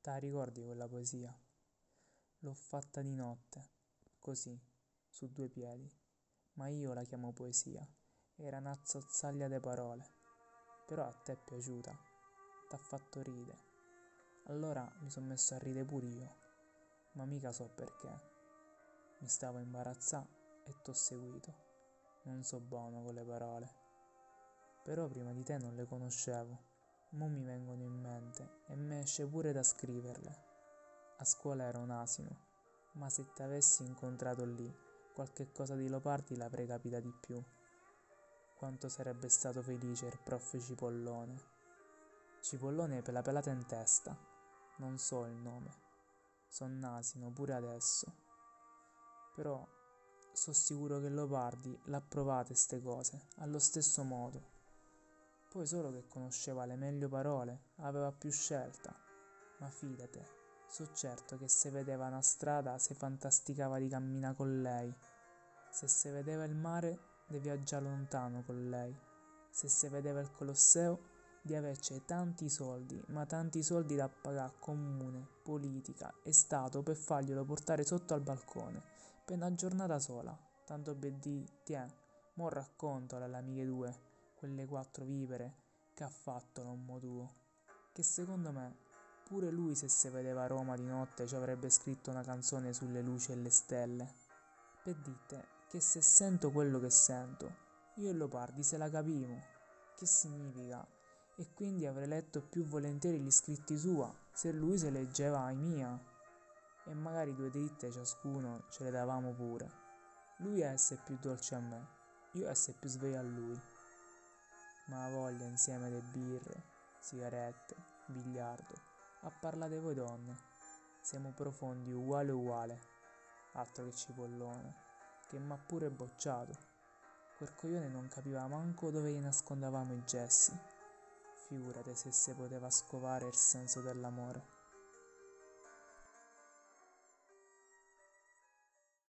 Te ricordi quella poesia? L'ho fatta di notte, così, su due piedi, ma io la chiamo poesia. Era una zozzaglia de parole, però a te è piaciuta, t'ha fatto ridere. Allora mi son messo a ridere pure io, ma mica so perché. Mi stavo imbarazzà e t'ho seguito. Non so buono con le parole, però prima di te non le conoscevo. Mo mi vengono in mente e me esce pure da scriverle. A scuola ero un asino, ma se t'avessi incontrato lì, qualche cosa di Leopardi l'avrei capita di più. Quanto sarebbe stato felice il prof Cipollone. Cipollone per la pelata in testa. Non so il nome. Son asino pure adesso. Però so sicuro che Leopardi l'ha provate ste cose, allo stesso modo. Poi solo che conosceva le meglio parole, aveva più scelta. Ma fidate, so certo che se vedeva una strada se fantasticava di camminare con lei. Se vedeva il mare, di viaggiare lontano con lei. Se vedeva il Colosseo, di averci tanti soldi, ma tanti soldi da pagare comune, politica e Stato per farglielo portare sotto al balcone, per una giornata sola. Tanto per di, tiè, mo raccontalo alle amiche tue, quelle quattro vipere che ha fatto l'uomo tuo. Che secondo me, pure lui se vedeva Roma di notte ci avrebbe scritto una canzone sulle luci e le stelle. Per dite che se sento quello che sento, io e Leopardi se la capiamo. Che significa? E quindi avrei letto più volentieri gli scritti sua, se lui se leggeva i mia. E magari due dritte ciascuno ce le davamo pure. Lui a essere più dolce a me, io a essere più sveglio a lui. Ma ha voglia insieme le birre, sigarette, biliardo, a parlare voi donne. Siamo profondi uguale uguale, altro che cipollone, che m'ha pure bocciato. Quel coglione non capiva manco dove gli nascondevamo i gessi. Figurate se poteva scovare il senso dell'amore.